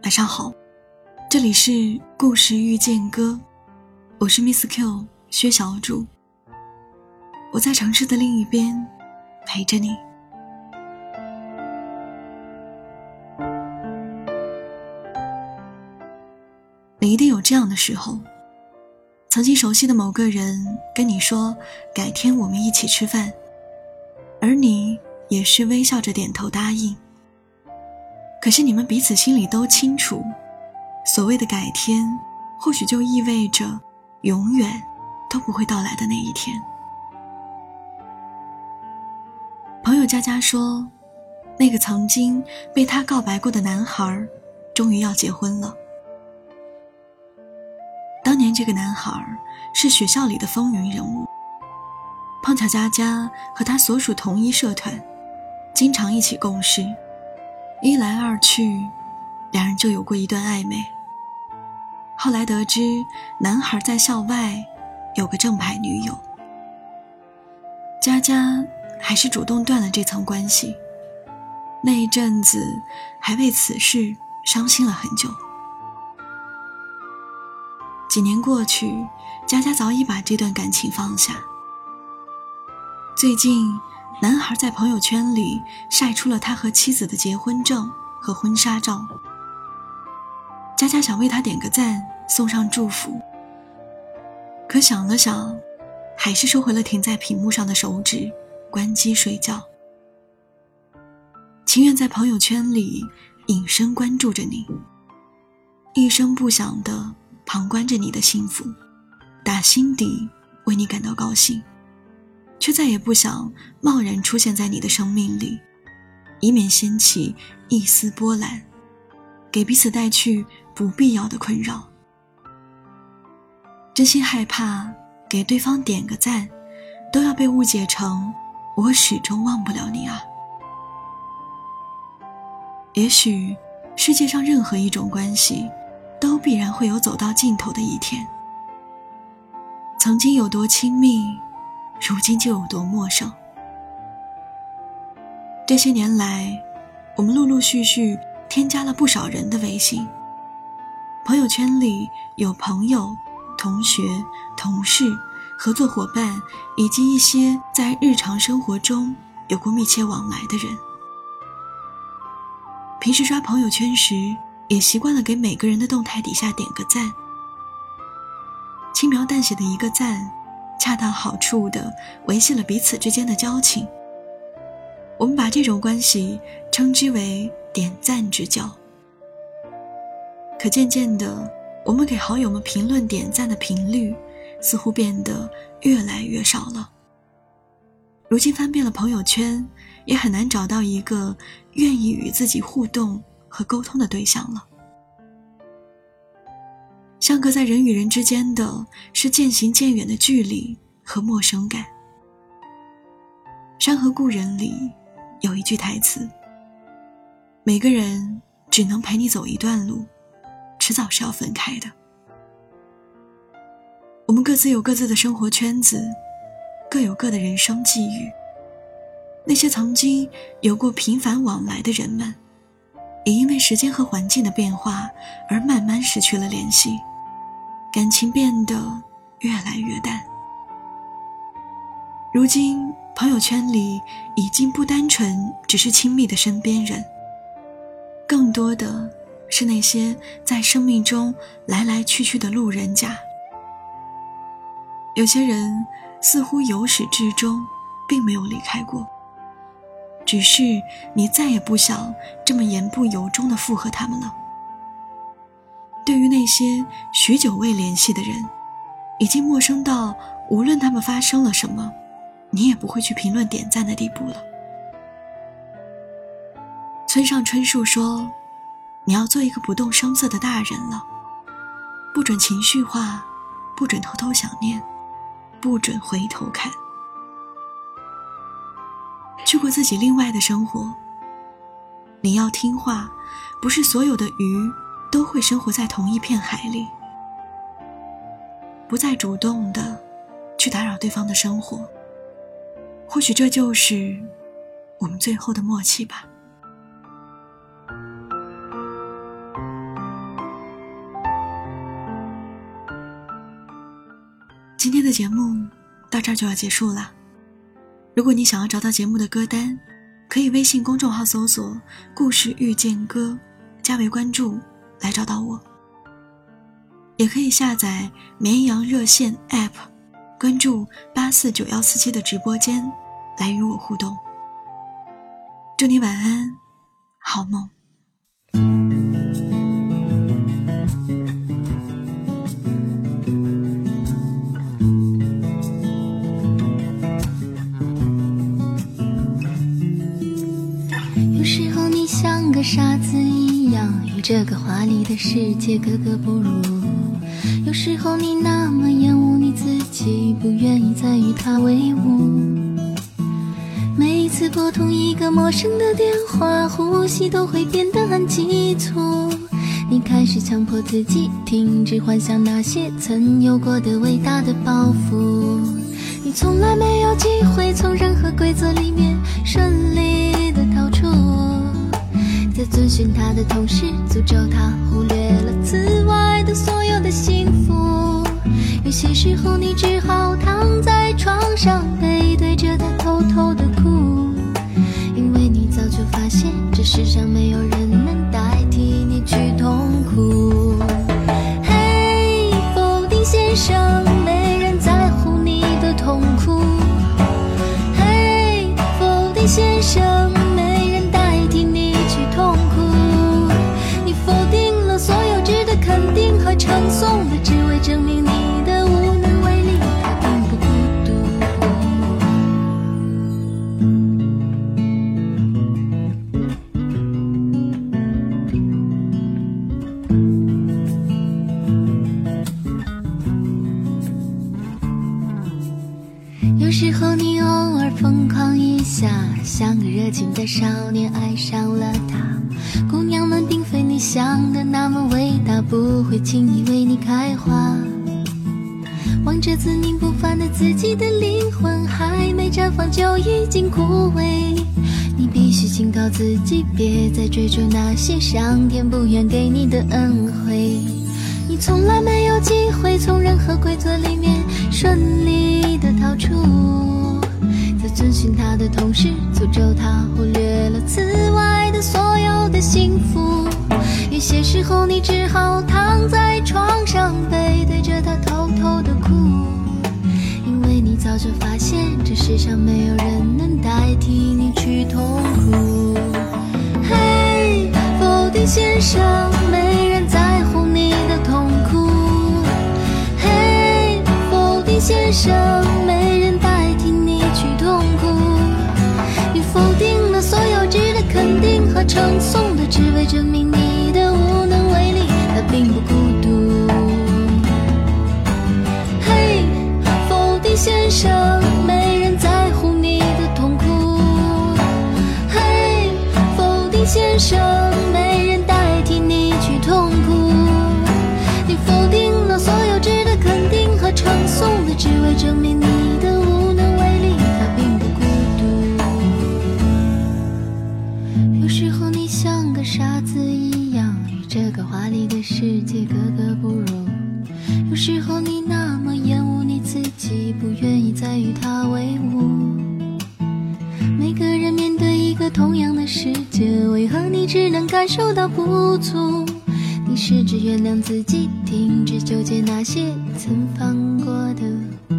晚上好，这里是故事遇见歌，我是 Miss Q 薛小主，我在城市的另一边陪着你。你一定有这样的时候，曾经熟悉的某个人跟你说改天我们一起吃饭，而你也是微笑着点头答应。可是你们彼此心里都清楚，所谓的改天或许就意味着永远都不会到来的那一天。朋友佳佳说，那个曾经被她告白过的男孩终于要结婚了。当年这个男孩是学校里的风云人物，碰巧佳佳和他所属同一社团，经常一起共事，一来二去，两人就有过一段暧昧。后来得知男孩在校外有个正牌女友，佳佳还是主动断了这层关系，那一阵子还为此事伤心了很久。几年过去，佳佳早已把这段感情放下。最近男孩在朋友圈里晒出了他和妻子的结婚证和婚纱照，佳佳想为他点个赞，送上祝福，可想了想，还是收回了停在屏幕上的手指，关机睡觉，情愿在朋友圈里隐身关注着你，一声不响地旁观着你的幸福，打心底为你感到高兴，却再也不想贸然出现在你的生命里，以免掀起一丝波澜，给彼此带去不必要的困扰。真心害怕给对方点个赞都要被误解成我始终忘不了你啊。也许世界上任何一种关系都必然会有走到尽头的一天，曾经有多亲密，如今就有多陌生。这些年来，我们陆陆续续添加了不少人的微信，朋友圈里有朋友、同学、同事、合作伙伴，以及一些在日常生活中有过密切往来的人。平时刷朋友圈时，也习惯了给每个人的动态底下点个赞，轻描淡写的一个赞，恰到好处地维系了彼此之间的交情。我们把这种关系称之为点赞之交。可渐渐的，我们给好友们评论点赞的频率似乎变得越来越少了。如今翻遍了朋友圈，也很难找到一个愿意与自己互动和沟通的对象了。相隔在人与人之间的是渐行渐远的距离和陌生感。《山河故人》里有一句台词，每个人只能陪你走一段路，迟早是要分开的。我们各自有各自的生活圈子，各有各的人生际遇。那些曾经有过频繁往来的人们，也因为时间和环境的变化而慢慢失去了联系，感情变得越来越淡。如今朋友圈里已经不单纯只是亲密的身边人，更多的是那些在生命中来来去去的路人甲。有些人似乎由始至终并没有离开过，只是你再也不想这么言不由衷地附和他们了。对于那些许久未联系的人，已经陌生到无论他们发生了什么，你也不会去评论点赞的地步了。村上春树说，你要做一个不动声色的大人了，不准情绪化，不准偷偷想念，不准回头看。去过自己另外的生活，你要听话，不是所有的鱼都会生活在同一片海里。不再主动的去打扰对方的生活，或许这就是我们最后的默契吧。 的节目到这儿就要结束了。如果你想要找到节目的歌单，可以微信公众号搜索故事遇见歌，加为关注来找到我，也可以下载绵阳热线 App， 关注849147的直播间来与我互动。祝你晚安，好梦。 有时候你像个傻子一样，与这个华丽的世界格格不入。有时候你那么厌恶你自己，不愿意再与他为伍。每一次拨通一个陌生的电话，呼吸都会变得很急促。你开始强迫自己停止幻想那些曾有过的伟大的抱负。你从来没有机会从任何规则里面顺利的逃出，在遵循他的同时诅咒他忽略了此外的所有的幸福。有些时候你只好躺在床上，背对着他偷偷的哭，因为你早就发现这世上没有人能代替你去痛苦。嘿，否定先生，没人在乎你的痛苦。嘿，否定先生，没人代替你去痛苦。你否定了所有值得肯定和称颂的，只为证明你的无能为力，他并不孤独。有时候你偶尔疯狂一下，像个热情的少年爱上了他。姑娘们并非你想的那么伟大，不会轻易为你开花。望着自命不凡的自己的灵魂，还没绽放就已经枯萎。你必须警告自己，别再追逐那些上天不愿给你的恩惠。你从来没有机会从任何规则里面顺利的逃出，在遵循他的同时诅咒他忽略了此外的所有的幸福。有些时候你只好躺在床上，背对着他偷偷的哭，因为你早就发现这世上没有人能代替你去痛苦。嘿，否定先生，没人在乎你的痛苦。嘿，否定先生，没人代替你去痛苦。你否定了所有值得肯定和称颂的，只为证明你的无能为力，他并不孤独。嘿，否定先生，没人在乎你的痛苦。嘿，否定先生，没人代替你去痛苦。你否定了所有值得肯定和称颂的，只为证明你的无能为力，他并不孤独。有时候你像个傻子一样，与这个华丽的世界格格不入。有时候你那么厌恶你自己，不愿意再与他为伍。每个人面对一个同样的世界，为何你只能感受到不足？你试着原谅自己，停止纠结那些曾犯过的